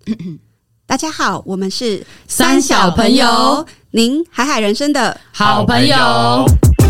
大家好，我们是三小朋友， 您海海人生的好朋友。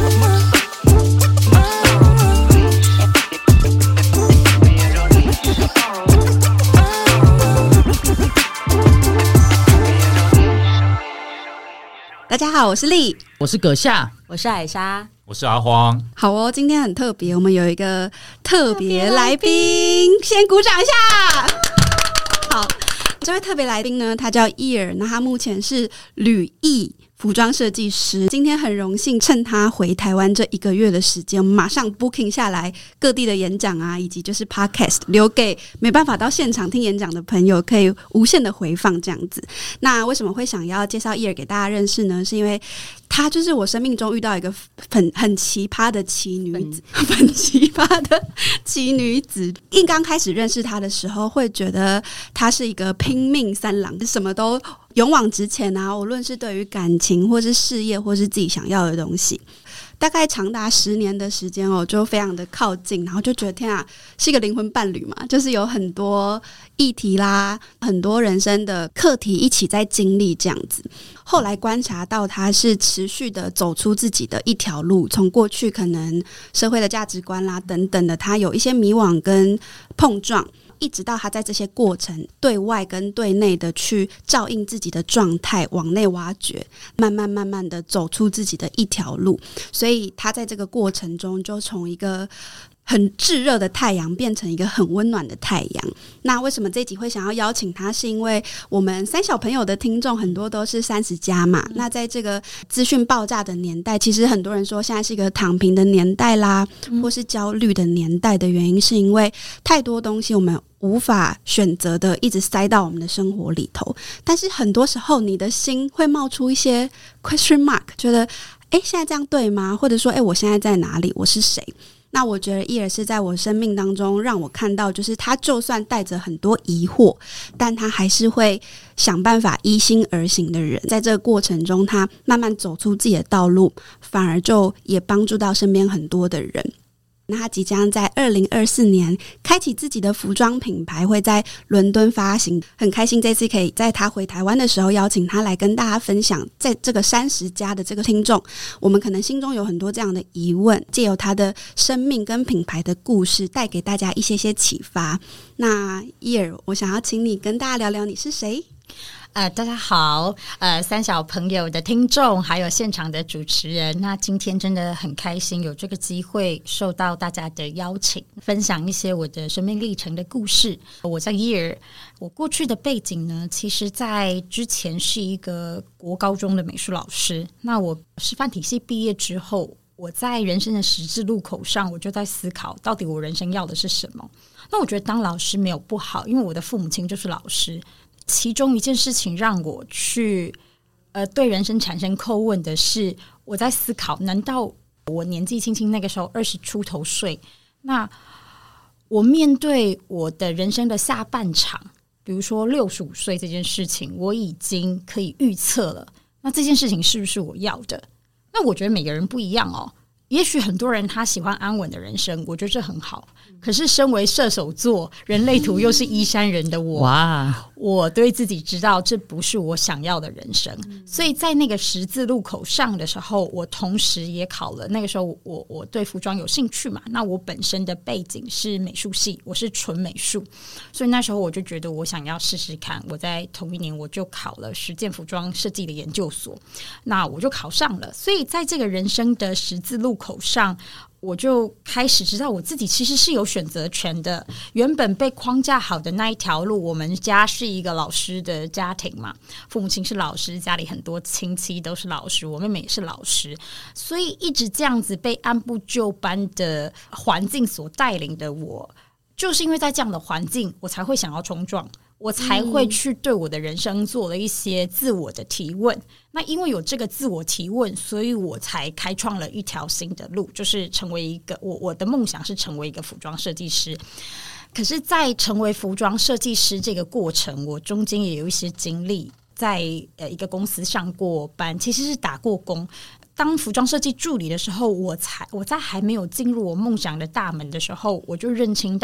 大家好，我是丽， 我是葛夏， 我是海莎， 我是阿荒。 好哦，今天很特别，我们有一个特别来宾，先鼓掌一下。好，这位特别来宾呢，他叫伊尔，那他目前是旅艺服装设计师。今天很荣幸趁他回台湾这1个月的时间，我们马上 booking 下来各地的演讲啊，以及就是 podcast 留给没办法到现场听演讲的朋友，可以无限的回放这样子。那为什么会想要介绍伊尔给大家认识呢？是因为她就是我生命中遇到一个很奇葩的奇女子，很奇葩的奇女子。一刚开始认识她的时候，会觉得她是一个拼命三郎，什么都勇往直前啊，无论是对于感情或是事业或是自己想要的东西。大概长达10年的时间哦，就非常的靠近，然后就觉得天啊，是一个灵魂伴侣嘛，就是有很多议题啦，很多人生的课题一起在经历这样子。后来观察到他是持续的走出自己的一条路，从过去可能社会的价值观啦等等的，他有一些迷惘跟碰撞，一直到他在这些过程对外跟对内的去照应自己的状态，往内挖掘，慢慢的走出自己的一条路。所以他在这个过程中就从一个很炙热的太阳变成一个很温暖的太阳。那为什么这集会想要邀请他，是因为我们三小朋友的听众很多都是30加嘛，那在这个资讯爆炸的年代，其实很多人说现在是一个躺平的年代啦，或是焦虑的年代的原因，是因为太多东西我们无法选择的一直塞到我们的生活里头，但是很多时候你的心会冒出一些 question mark， 觉得现在这样对吗？或者说我现在在哪里？我是谁？那我觉得伊尔是在我生命当中让我看到，就是他就算带着很多疑惑，但他还是会想办法依心而行的人。在这个过程中，他慢慢走出自己的道路，反而就也帮助到身边很多的人。那他即将在2024年开启自己的服装品牌，会在伦敦发行。很开心这次可以在他回台湾的时候邀请他来跟大家分享，在这个30加的这个听众，我们可能心中有很多这样的疑问，借由他的生命跟品牌的故事带给大家一些启发。那伊尔，我想要请你跟大家聊聊你是谁。 大家好，三小朋友的听众，还有现场的主持人，那今天真的很开心有这个机会受到大家的邀请，分享一些我的生命历程的故事。我叫伊尔，我过去的背景呢，其实在之前是一个国高中的美术老师。那我师范体系毕业之后，我在人生的十字路口上，我就在思考到底我人生要的是什么。那我觉得当老师没有不好，因为我的父母亲就是老师。其中一件事情让我去对人生产生叩问的是，我在思考，难道我年纪轻轻那个时候20出头岁，那我面对我的人生的下半场，比如说65岁这件事情，我已经可以预测了，那这件事情是不是我要的？那我觉得每个人不一样哦。也许很多人他喜欢安稳的人生，我觉得这很好。可是身为射手座，人类图又是依山人的我，我对自己知道这不是我想要的人生。所以在那个十字路口上的时候，我同时也考了。那个时候我对服装有兴趣嘛，那我本身的背景是美术系，我是纯美术，所以那时候我就觉得我想要试试看。我在同一年我就考了实践服装设计的研究所，那我就考上了。所以在这个人生的十字路口上，我就开始知道我自己其实是有选择权的。原本被框架好的那一条路，我们家是一个老师的家庭嘛，父母亲是老师，家里很多亲戚都是老师，我妹妹也是老师，所以一直这样子被按部就班的环境所带领的我，就是因为在这样的环境，我才会想要冲撞，我才会去对我的人生做了一些自我的提问。那因为有这个自我提问，所以我才开创了一条新的路，就是成为一个我的梦想是成为一个服装设计师。可是在成为服装设计师这个过程，我中间也有一些经历，在一个公司上过班，其实是打过工。当服装设计助理的时候，我在还没有进入我梦想的大门的时候，我就认清到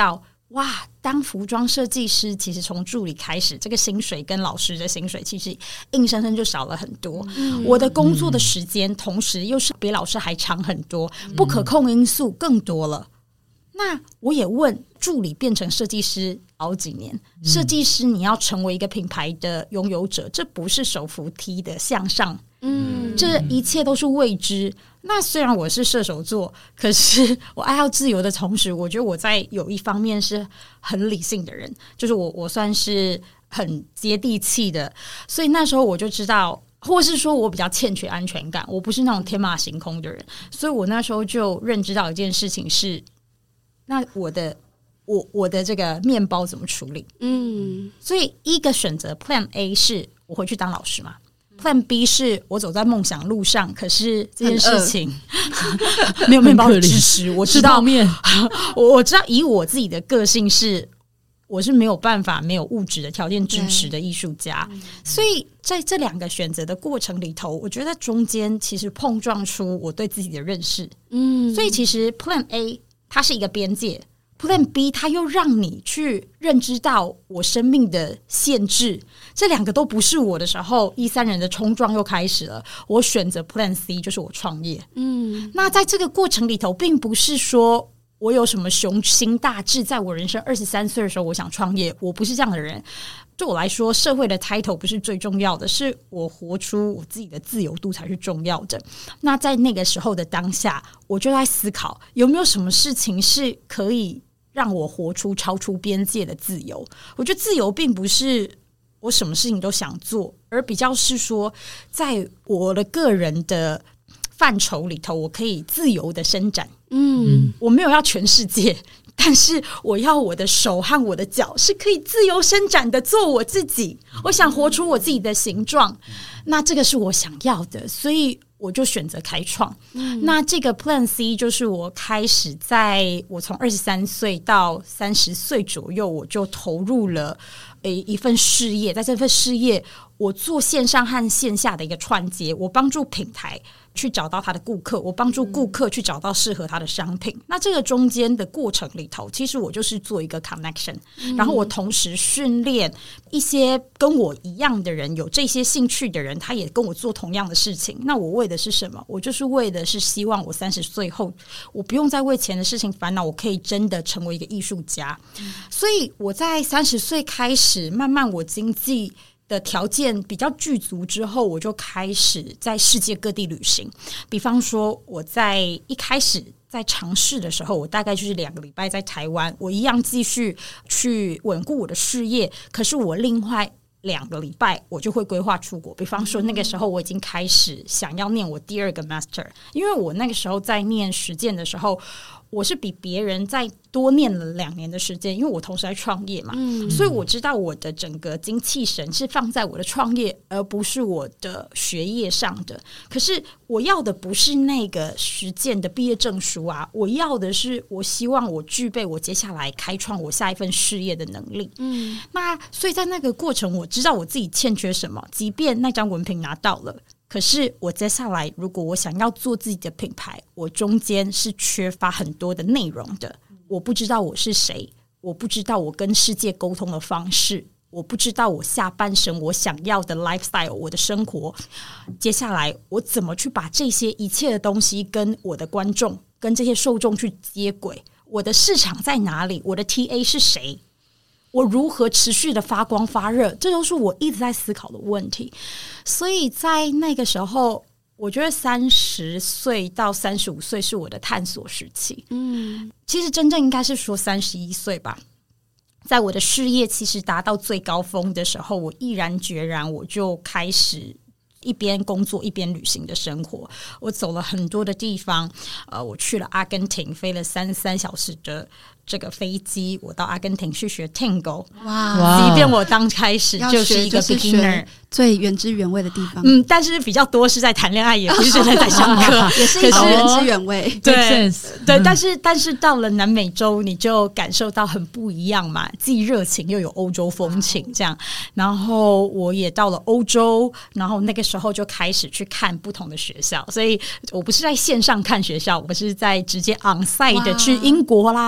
哇，当服装设计师其实从助理开始，这个薪水跟老师的薪水其实硬生生就少了很多。我的工作的时间同时又是比老师还长很多，不可控因素更多了。那我也问助理变成设计师好几年，设计师你要成为一个品牌的拥有者，这不是手扶梯的向上，这一切都是未知。那虽然我是射手座，可是我爱好自由的同时，我觉得我在有一方面是很理性的人，就是我算是很接地气的，所以那时候我就知道，或是说我比较欠缺安全感，我不是那种天马行空的人，所以我那时候就认知到一件事情是，那我的这个面包怎么处理？所以一个选择 Plan A 是我回去当老师嘛。Plan B 是我走在梦想路上，可是这件事情没有面包的支持，我知道面， 我知道以我自己的个性是，我是没有办法没有物质的条件支持的艺术家，所以在这两个选择的过程里头，我觉得中间其实碰撞出我对自己的认识。所以其实 Plan A 它是一个边界。Plan B 它又让你去认知到我生命的限制，这两个都不是我的时候，13人的冲撞又开始了。我选择 Plan C， 就是我创业。那在这个过程里头，并不是说我有什么雄心大志，在我人生23岁的时候我想创业，我不是这样的人。对我来说，社会的 title 不是最重要的，是我活出我自己的自由度才是重要的。那在那个时候的当下，我就在思考有没有什么事情是可以让我活出超出边界的自由。我觉得自由并不是我什么事情都想做，而比较是说在我的个人的范畴里头，我可以自由的伸展。我没有要全世界，但是我要我的手和我的脚是可以自由伸展的，做我自己。我想活出我自己的形状，那这个是我想要的，所以我就选择开创。那这个 Plan C 就是我开始在我从23岁到30岁左右，我就投入了一份事业。在这份事业，我做线上和线下的一个串接，我帮助品牌去找到他的顾客，我帮助顾客去找到适合他的商品。那这个中间的过程里头，其实我就是做一个 connection，然后我同时训练一些跟我一样的人，有这些兴趣的人，他也跟我做同样的事情。那我为的是什么？我就是为的是希望我30岁后，我不用再为钱的事情烦恼，我可以真的成为一个艺术家。所以我在30岁开始，慢慢我经济的条件比较具足之后，我就开始在世界各地旅行。比方说我在一开始在尝试的时候，我大概就是2个礼拜在台湾，我一样继续去稳固我的事业，可是我另外2个礼拜我就会规划出国。比方说那个时候我已经开始想要念我第2个 master， 因为我那个时候在念实践的时候，我是比别人再多念了2年的时间，因为我同时在创业嘛，所以我知道我的整个精气神是放在我的创业，而不是我的学业上的。可是我要的不是那个实践的毕业证书啊，我要的是我希望我具备我接下来开创我下一份事业的能力。那所以在那个过程，我知道我自己欠缺什么，即便那张文凭拿到了，可是我接下来如果我想要做自己的品牌，我中间是缺乏很多的内容的。我不知道我是谁，我不知道我跟世界沟通的方式，我不知道我下半生我想要的 lifestyle， 我的生活接下来我怎么去把这些一切的东西跟我的观众跟这些受众去接轨，我的市场在哪里，我的 TA 是谁，我如何持续的发光发热，这都是我一直在思考的问题。所以在那个时候，我觉得30岁到35岁是我的探索时期。其实真正应该是说31岁吧。在我的事业其实达到最高峰的时候，我毅然决然我就开始一边工作一边旅行的生活。我走了很多的地方，我去了阿根廷，飞了33小时的这个飞机，我到阿根廷去学 Tango。哇！即便我刚开始就是一个 beginner， 最原汁原味的地方。 但是比较多是在谈恋爱，也不是在上课， 也是一种原汁原味。 对，但是到了南美洲，你就感受到很不一样嘛，既热情又有欧洲风情这样。然后我也到了欧洲，然后那个时候就开始去看不同的学校，所以我不是在线上看学校，我是在直接 on site 的去英国啦，然后我就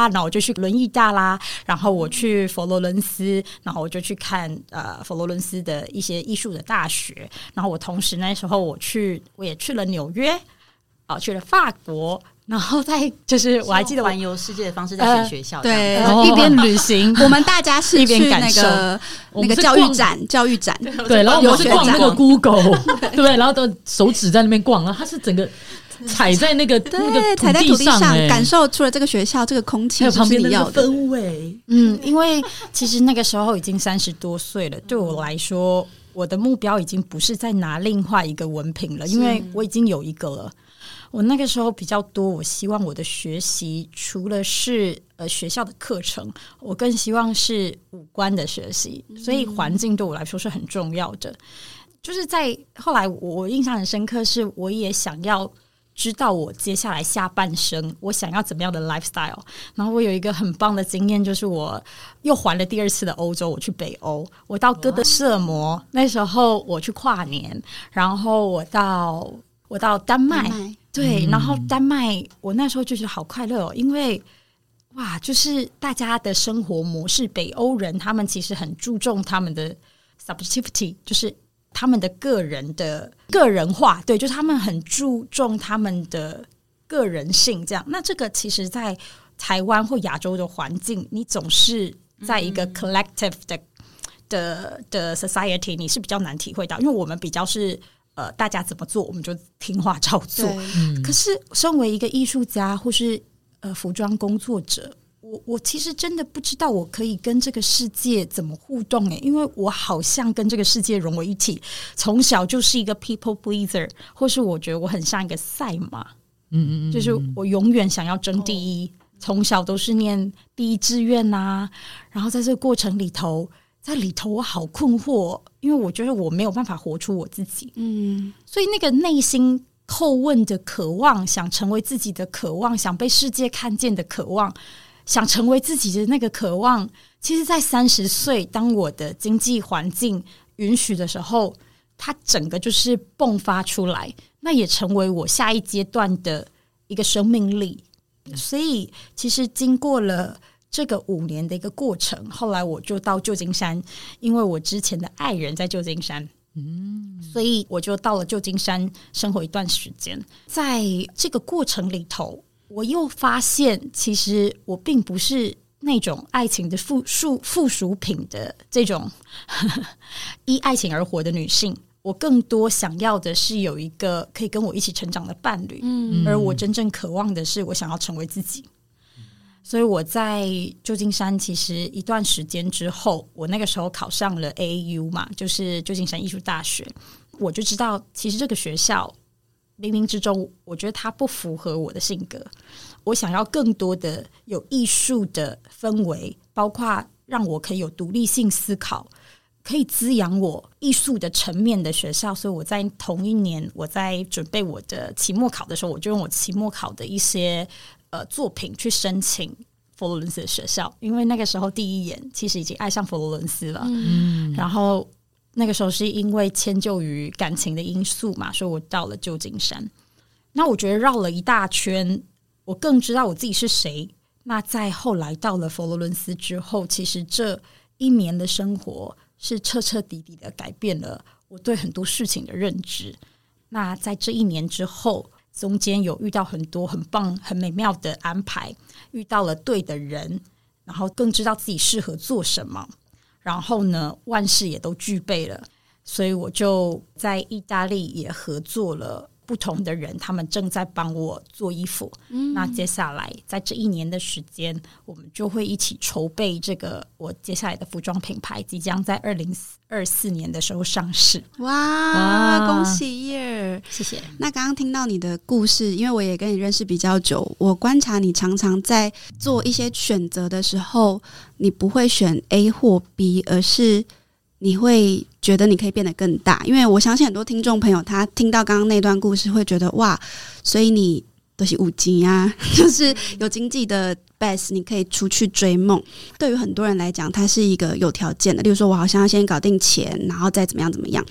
去轮义大啦，然后我去佛罗伦斯，然后我就去看佛罗伦斯的一些艺术的大学，然后我同时那时候我也去了纽约，去了法国。然后再就是我还记得环游世界的方式在选学校， 对， 一边旅行， 我们大家是去那个教育展， 对，然后我们是逛那个 Google， 对，然后都手指在那边逛，然后它是整个踩在那个踩在土地上，感受出了这个学校这个空气，还有旁边的氛围。 因为其实那个时候已经30多岁了，对我来说，我的目标已经不是再拿另外一个文凭了，因为我已经有一个了。我那个时候比较多，我希望我的学习除了是学校的课程，我更希望是五官的学习，所以环境对我来说是很重要的。就是在后来我印象很深刻，是我也想要知道我接下来下半生我想要怎么样的 lifestyle。然后我有一个很棒的经验，就是我又环了第2次的欧洲，我去北欧，我到哥德舍摩，那时候我去跨年，然后我到丹麦。对，然后丹麦我那时候就觉得好快乐因为哇，就是大家的生活模式，北欧人他们其实很注重他们的 subjectivity， 就是他们的个人化，对，就是他们很注重他们的个人性这样。那这个其实在台湾或亚洲的环境，你总是在一个 collective 的 society， 你是比较难体会到，因为我们比较是大家怎么做我们就听话照做。可是身为一个艺术家或是服装工作者，我其实真的不知道我可以跟这个世界怎么互动因为我好像跟这个世界融为一体，从小就是一个 people pleaser， 或是我觉得我很像一个赛马，就是我永远想要争第一，从小都是念第一志愿啊，然后在这个过程里头我好困惑，因为我觉得我没有办法活出我自己，所以那个内心叩问的渴望，想成为自己的渴望，想被世界看见的渴望，想成为自己的那个渴望，其实在30岁当我的经济环境允许的时候，它整个就是迸发出来，那也成为我下一阶段的一个生命力。所以其实经过了这个5年的一个过程，后来我就到旧金山，因为我之前的爱人在旧金山，所以我就到了旧金山生活一段时间。在这个过程里头，我又发现其实我并不是那种爱情的附属品的这种依爱情而活的女性，我更多想要的是有一个可以跟我一起成长的伴侣，而我真正渴望的是我想要成为自己。所以我在旧金山其实一段时间之后，我那个时候考上了 AAU 嘛，就是旧金山艺术大学，我就知道其实这个学校冥冥之中我觉得它不符合我的性格，我想要更多的有艺术的氛围，包括让我可以有独立性思考，可以滋养我艺术的层面的学校。所以我在同一年我在准备我的期末考的时候，我就用我期末考的一些作品去申请佛罗伦斯的学校，因为那个时候第一眼其实已经爱上佛罗伦斯了，然后那个时候是因为迁就于感情的因素嘛，所以我到了旧金山。那我觉得绕了一大圈，我更知道我自己是谁。那在后来到了佛罗伦斯之后，其实这1年的生活是彻彻底底的改变了我对很多事情的认知。那在这1年之后，中间有遇到很多很棒很美妙的安排，遇到了对的人，然后更知道自己适合做什么，然后呢万事也都具备了，所以我就在意大利也合作了不同的人，他们正在帮我做衣服，那接下来在这1年的时间，我们就会一起筹备这个我接下来的服装品牌，即将在2024年的时候上市。 哇，恭喜耶！ 谢谢。 那刚刚听到你的故事，因为我也跟你认识比较久，我观察你常常在做一些选择的时候，你不会选 A 或 B， 而是你会觉得你可以变得更大。因为我相信很多听众朋友他听到刚刚那段故事会觉得哇，所以你都是有钱啊，就是有经济的 base， 你可以出去追梦。对于很多人来讲，它是一个有条件的，例如说我好像要先搞定钱，然后再怎么样怎么样。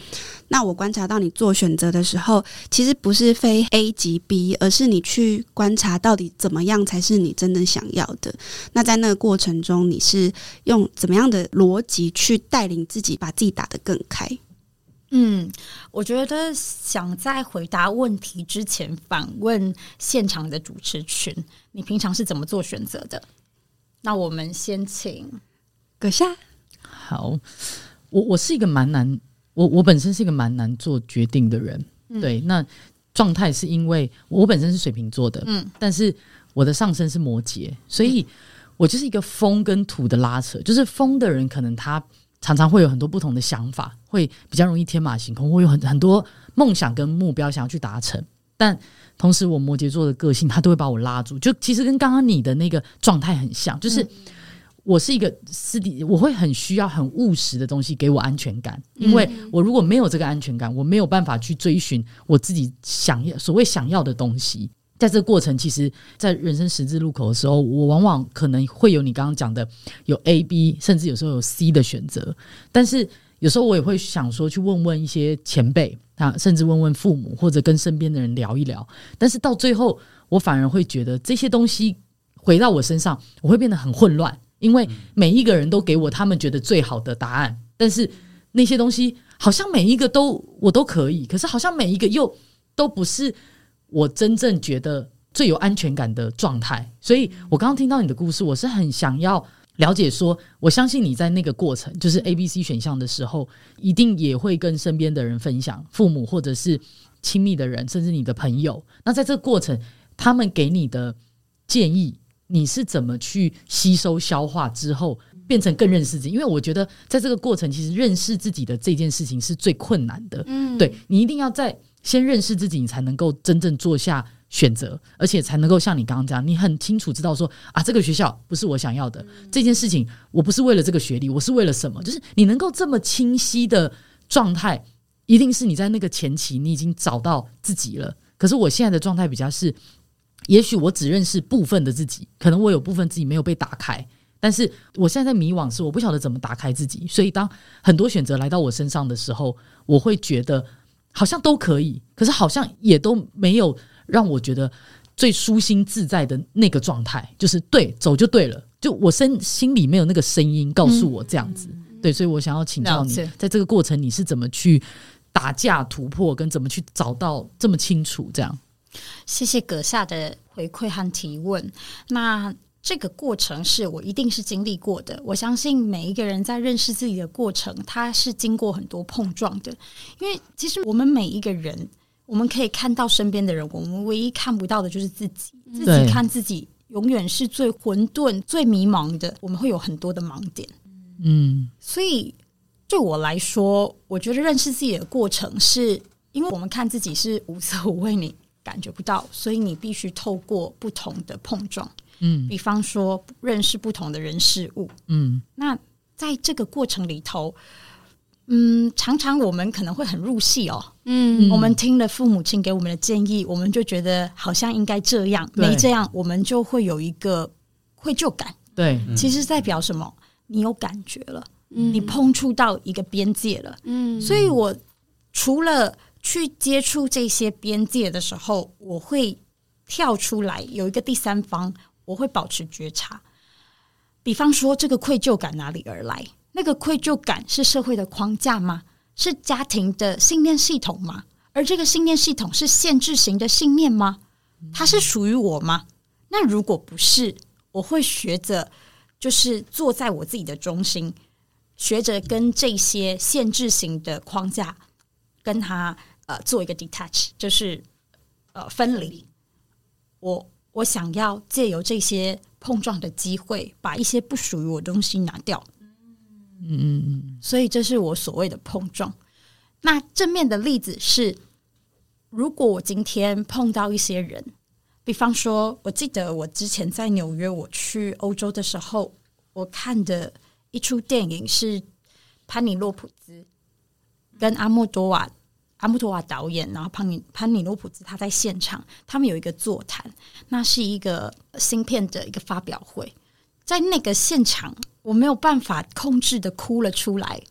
那我观察到你做选择的时候，其实不是非 A 即 B， 而是你去观察到底怎么样才是你真正想要的。那在那个过程中，你是用怎么样的逻辑去带领自己把自己打得更开？ 我觉得想在回答问题之前反问现场的主持群，你平常是怎么做选择的？那我们先请阁下。 好，我是一个蛮难，我本身是一个蛮难做决定的人。对，那状态是因为我本身是水瓶座的，但是我的上升是摩羯，所以我就是一个风跟土的拉扯。就是风的人可能他常常会有很多不同的想法，会比较容易天马行空，会有很多梦想跟目标想要去达成，但同时我摩羯座的个性他都会把我拉住，就其实跟刚刚你的那个状态很像，就是我是一个我会很需要很务实的东西给我安全感，因为我如果没有这个安全感，我没有办法去追寻我自己所谓想要的东西。在这个过程，其实在人生十字路口的时候，我往往可能会有你刚刚讲的有 A、B 甚至有时候有 C 的选择，但是有时候我也会想说去问问一些前辈甚至问问父母或者跟身边的人聊一聊，但是到最后我反而会觉得这些东西回到我身上我会变得很混乱，因为每一个人都给我他们觉得最好的答案，但是那些东西好像每一个我都可以，可是好像每一个又都不是我真正觉得最有安全感的状态。所以我刚刚听到你的故事，我是很想要了解说，我相信你在那个过程就是 ABC 选项的时候一定也会跟身边的人分享，父母或者是亲密的人甚至你的朋友，那在这个过程他们给你的建议你是怎么去吸收消化之后变成更认识自己？因为我觉得在这个过程其实认识自己的这件事情是最困难的。对，你一定要在先认识自己，你才能够真正做下选择，而且才能够像你刚刚讲，你很清楚知道说这个学校不是我想要的，这件事情我不是为了这个学历，我是为了什么，就是你能够这么清晰的状态，一定是你在那个前期你已经找到自己了。可是我现在的状态比较是，也许我只认识部分的自己，可能我有部分自己没有被打开，但是我现在在迷惘，是我不晓得怎么打开自己。所以当很多选择来到我身上的时候，我会觉得好像都可以，可是好像也都没有让我觉得最舒心自在的那个状态，就是对，走就对了，就我心里没有那个声音告诉我这样子。对，所以我想要请教你，在这个过程你是怎么去打架突破，跟怎么去找到这么清楚这样？ 谢谢阁下的回馈和提问。那这个过程是我一定是经历过的，我相信每一个人在认识自己的过程，他是经过很多碰撞的。因为其实我们每一个人，我们可以看到身边的人，我们唯一看不到的就是自己。自己看自己永远是最混沌最迷茫的，我们会有很多的盲点。所以对我来说，我觉得认识自己的过程是因为我们看自己是无色无味，你感觉不到，所以你必须透过不同的碰撞，比方说认识不同的人事物，那在这个过程里头，常常我们可能会很入戏哦，我们听了父母亲给我们的建议，我们就觉得好像应该这样，没这样，我们就会有一个愧疚感。对，其实代表什么？你有感觉了，你碰触到一个边界了，所以我除了去接触这些边界的时候，我会跳出来，有一个第三方，我会保持觉察。比方说这个愧疚感哪里而来？那个愧疚感是社会的框架吗？是家庭的信念系统吗？而这个信念系统是限制型的信念吗？它是属于我吗？那如果不是，我会学着就是坐在我自己的中心，学着跟这些限制型的框架跟它做一个 detach， 就是分离。我想要借由这些碰撞的机会，把一些不属于我的东西拿掉。所以这是我所谓的碰撞。那正面的例子是，如果我今天碰到一些人，比方说我记得我之前在纽约，我去欧洲的时候，我看的一出电影是潘尼洛普兹跟阿莫多瓦导演，然后潘尼洛普兹他在现场，他们有一个座谈，那是一个新片的一个发表会。在那个现场，我没有办法控制的哭了出来。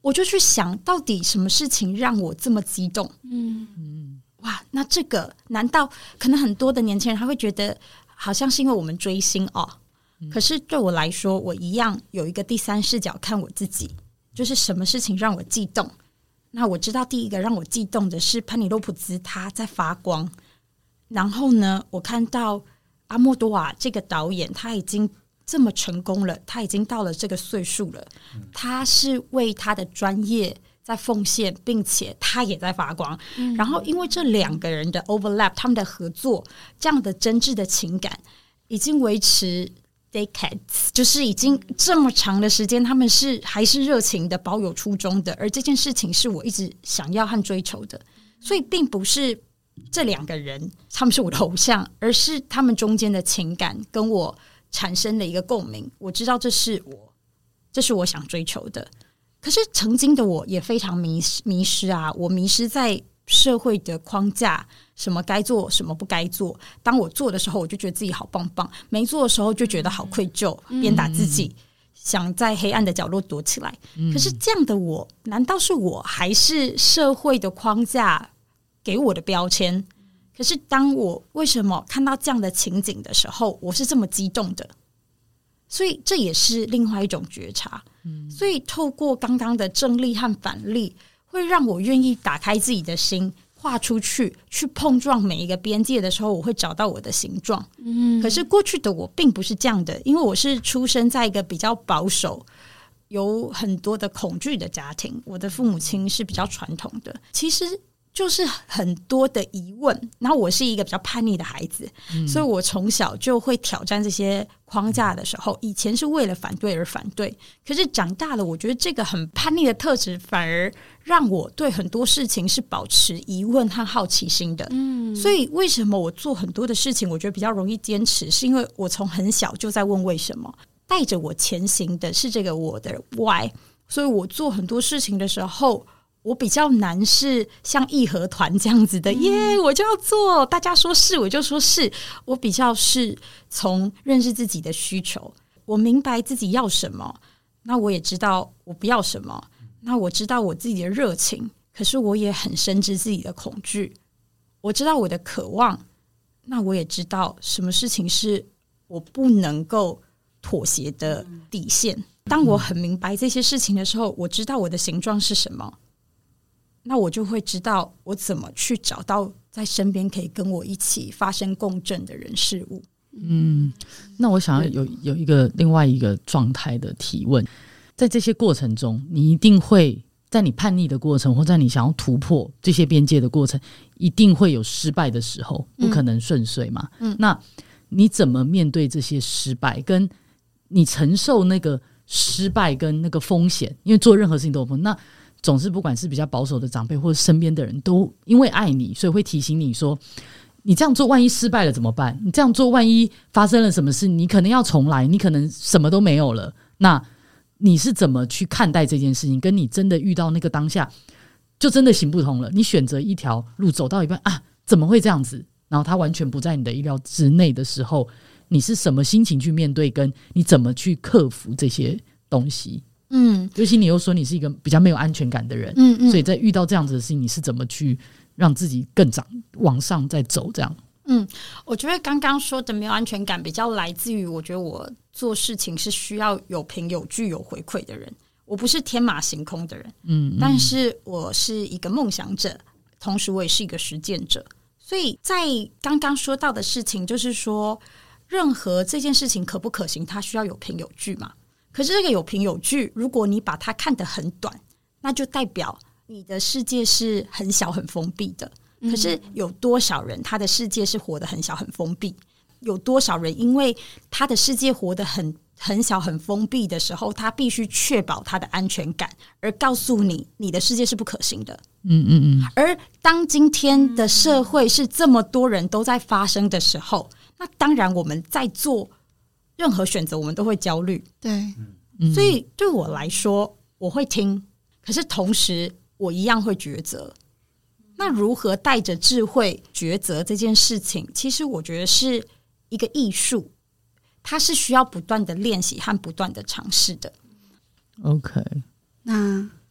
我就去想到底什么事情让我这么激动。哇，那这个难道可能很多的年轻人他会觉得好像是因为我们追星哦，可是对我来说，我一样有一个第三视角看我自己，就是什么事情让我激动。那我知道第一个让我激动的是潘尼洛普兹他在发光，然后呢，我看到阿莫多瓦这个导演他已经这么成功了，他已经到了这个岁数了，他是为他的专业在奉献，并且他也在发光。然后因为这两个人的 overlap， 他们的合作，这样的真挚的情感已经维持 decades， 就是已经这么长的时间，他们还是热情的，保有初衷的。而这件事情是我一直想要和追求的，所以并不是这两个人他们是我的偶像，而是他们中间的情感跟我产生了一个共鸣。我知道这是我想追求的。可是曾经的我也非常迷失啊，我迷失在社会的框架，什么该做什么不该做，当我做的时候我就觉得自己好棒棒，没做的时候就觉得好愧疚，鞭打自己，想在黑暗的角落躲起来。可是这样的我，难道是我还是社会的框架给我的标签？可是当我为什么看到这样的情景的时候，我是这么激动的？所以这也是另外一种觉察。所以透过刚刚的正例和反例，会让我愿意打开自己的心，跨出去，去碰撞每一个边界的时候，我会找到我的形状。可是过去的我并不是这样的，因为我是出生在一个比较保守，有很多的恐惧的家庭，我的父母亲是比较传统的，其实就是很多的疑问。然后我是一个比较叛逆的孩子，所以我从小就会挑战这些框架的时候，以前是为了反对而反对，可是长大了，我觉得这个很叛逆的特质反而让我对很多事情是保持疑问和好奇心的。所以为什么我做很多的事情我觉得比较容易坚持，是因为我从很小就在问为什么，带着我前行的是这个我的 why。 所以我做很多事情的时候，我比较难是像义和团这样子的耶，我就要做，大家说是我就说是。我比较是从认识自己的需求，我明白自己要什么，那我也知道我不要什么，那我知道我自己的热情，可是我也很深知自己的恐惧，我知道我的渴望，那我也知道什么事情是我不能够妥协的底线。当我很明白这些事情的时候，我知道我的形状是什么，那我就会知道我怎么去找到在身边可以跟我一起发生共振的人事物。 那我想要有一个另外一个状态的提问，在这些过程中，你一定会在你叛逆的过程，或在你想要突破这些边界的过程，一定会有失败的时候，不可能顺遂嘛。那你怎么面对这些失败，跟你承受那个失败跟那个风险？因为做任何事情都有风险，那总是不管是比较保守的长辈或者身边的人，都因为爱你，所以会提醒你说，你这样做万一失败了怎么办？你这样做万一发生了什么事，你可能要重来，你可能什么都没有了。那你是怎么去看待这件事情？跟你真的遇到那个当下就真的行不通了，你选择一条路走到一半啊，怎么会这样子？然后它完全不在你的意料之内的时候，你是什么心情去面对，跟你怎么去克服这些东西？尤其你又说你是一个比较没有安全感的人，所以在遇到这样子的事情，你是怎么去让自己更往上再走这样？ 我觉得刚刚说的没有安全感比较来自于我觉得我做事情是需要有凭有据有回馈的人，我不是天马行空的人，但是我是一个梦想者，同时我也是一个实践者。所以在刚刚说到的事情，就是说任何这件事情可不可行，它需要有凭有据嘛。可是这个有凭有据，如果你把它看得很短，那就代表你的世界是很小很封闭的。可是有多少人他的世界是活得很小很封闭？有多少人因为他的世界活得很小很封闭的时候，他必须确保他的安全感，而告诉你你的世界是不可行的。而当今天的社会是这么多人都在发生的时候，那当然我们在做任何选择我们都会焦虑。 对， 所以对我来说我会听，可是同时我一样会抉择。那如何带着智慧抉择这件事情，其实我觉得是一个艺术，它是需要不断的练习和不断的尝试的。 OK， 那阿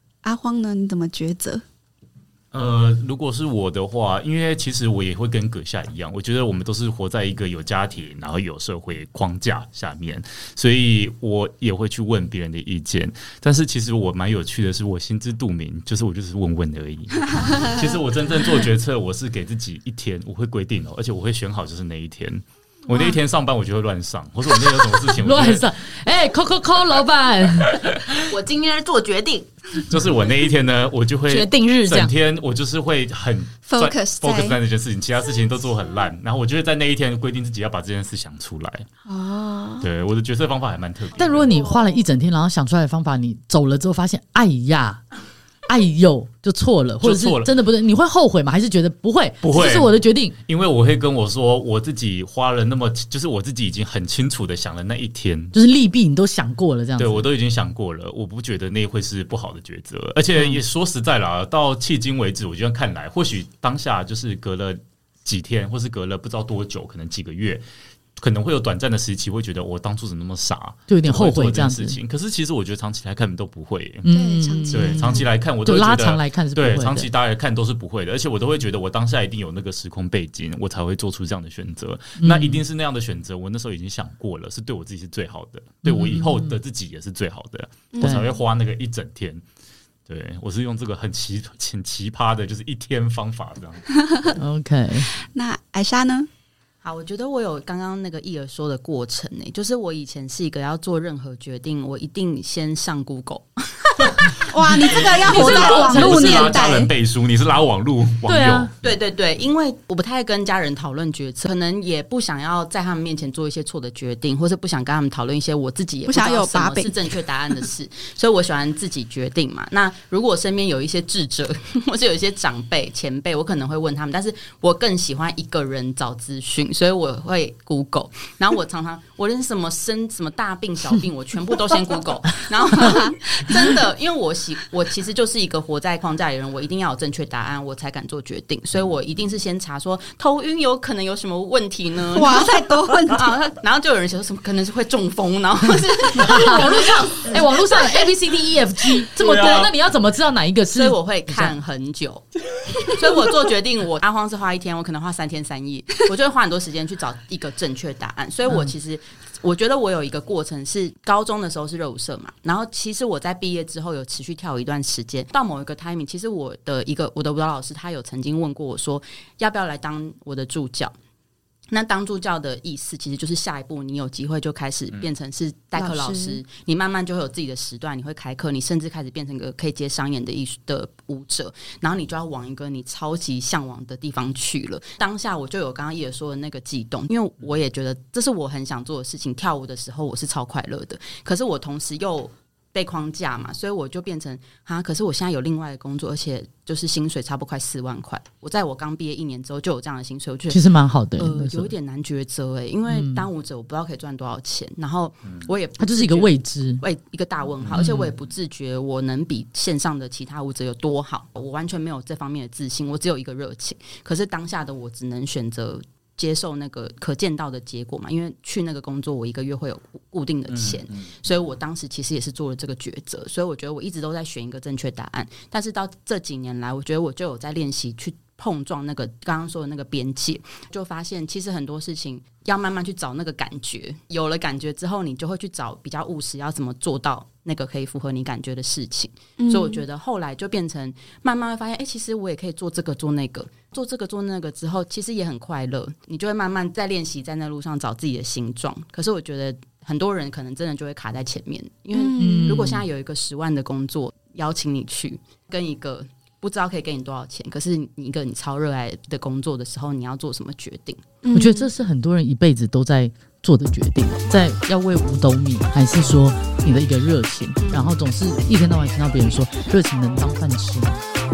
慌呢？你怎么抉择？ 如果是我的话，因为其实我也会跟阁下一样，我觉得我们都是活在一个有家庭然后有社会框架下面，所以我也会去问别人的意见。但是其实我蛮有趣的是，我心知肚明，我就是问问而已。其实我真正做决策，我是给自己一天，我会规定而且我会选好就是那一天。我那一天上班我就会乱上，或者我那有什么事情乱上。扣老板， 我今天做决定， 就是我那一天呢，我就会决定日这样， 整天我就是会很 focus 在这件事情，其他事情都做很烂，然后我就会在那一天规定自己要把这件事想出来。哦，对，我的决策方法还蛮特别。 但如果你花了一整天，然后想出来的方法，你走了之后发现，哎呦，就错了，或者是真的不对，你会后悔吗？还是觉得不会？ 不会， 这是我的决定。 因为我会跟我说，我自己花了那么，就是我自己已经很清楚的想了那一天， 就是利弊你都想过了，这样子。 对，我都已经想过了，我不觉得那会是不好的抉择。而且也说实在啦，到迄今为止，我觉得看来，或许当下就是隔了几天，或是隔了不知道多久，可能几个月。可能会有短暂的时期，会觉得我当初怎么那么傻， 就有点后悔这样事情。可是其实我觉得长期来看都不会。 对， 长期来看我都会觉得， 就拉长来看是不会的。 对，长期大家来看都是不会的。而且我都会觉得我当下一定有那个时空背景，我才会做出这样的选择。那一定是那样的选择，我那时候已经想过了，是对我自己是最好的，对我以后的自己也是最好的，我才会花那个一整天。对，我是用这个很奇葩的，就是一天方法这样。 OK， 那艾莎呢？ 好，我觉得我有刚刚那个易儿说的过程就是我以前是一个要做任何决定，我一定先上 Google。 哇，你这个要活在网络年代， 你是拉家人背书，你是拉网友。 对，因为我不太跟家人讨论决策，可能也不想要在他们面前做一些错的决定，或是不想跟他们讨论一些我自己也不知道什么是正确答案的事，所以我喜欢自己决定嘛。那如果身边有一些智者，或是有一些长辈前辈，我可能会问他们，但是我更喜欢一个人找资讯，所以我会 Google。然后我常常我连什么大病小病，我全部都先 Google。然后真的，因为我其实就是一个活在框架里的人，我一定要有正确答案，我才敢做决定。所以我一定是先查说头晕有可能有什么问题呢？ 哇，太多问题。 然后就有人说什么可能是会中风，然后是网络上有 ABCDEFG 这么多，那你要怎么知道哪一个是？ 所以我会看很久。所以我做决定，我阿荒是花1天，我可能花3天3夜，我就会花很多时间去找一个正确答案。所以我其实我觉得我有一个过程是高中的时候是热舞社嘛，然后其实我在毕业之后有持续跳一段时间，到某一个 timing， 其实我的舞蹈老师他有曾经问过我说要不要来当我的助教。那当助教的意思其实就是下一步你有机会就开始变成是代课老师，你慢慢就会有自己的时段，你会开课，你甚至开始变成一个可以接商演的艺术的舞者，然后你就要往一个你超级向往的地方去了。当下我就有刚刚也说的那个悸动，因为我也觉得这是我很想做的事情，跳舞的时候我是超快乐的，可是我同时又被框架嘛，所以我就变成可是我现在有另外的工作，而且就是薪水差不多快4万块。我在我刚毕业1年之后就有这样的薪水，我觉得其实蛮好的。 有一点难抉择因为当舞者我不知道可以赚多少钱，然后我也它就是一个未知， 一个大问号，而且我也不自觉我能比线上的其他舞者有多好，我完全没有这方面的自信，我只有一个热情。可是当下的我只能选择接受那个可见到的结果嘛，因为去那个工作我1个月会有固定的钱，所以我当时其实也是做了这个抉择。所以我觉得我一直都在选一个正确答案，但是到这几年来我觉得我就有在练习去碰撞那个刚刚说的那个边界，就发现其实很多事情要慢慢去找那个感觉，有了感觉之后你就会去找比较务实要怎么做到那个可以符合你感觉的事情。所以我觉得后来就变成慢慢会发现其实我也可以做这个做那个，做这个做那个之后其实也很快乐，你就会慢慢在练习在那路上找自己的形状。可是我觉得很多人可能真的就会卡在前面，因为如果现在有一个10万的工作邀请你去跟一个不知道可以给你多少钱，可是一个你超热爱的工作的时候，你要做什么决定？ 我觉得这是很多人一辈子都在做的决定，在要为五斗米，还是说你的一个热情，然后总是一天到晚听到别人说热情能当饭吃吗？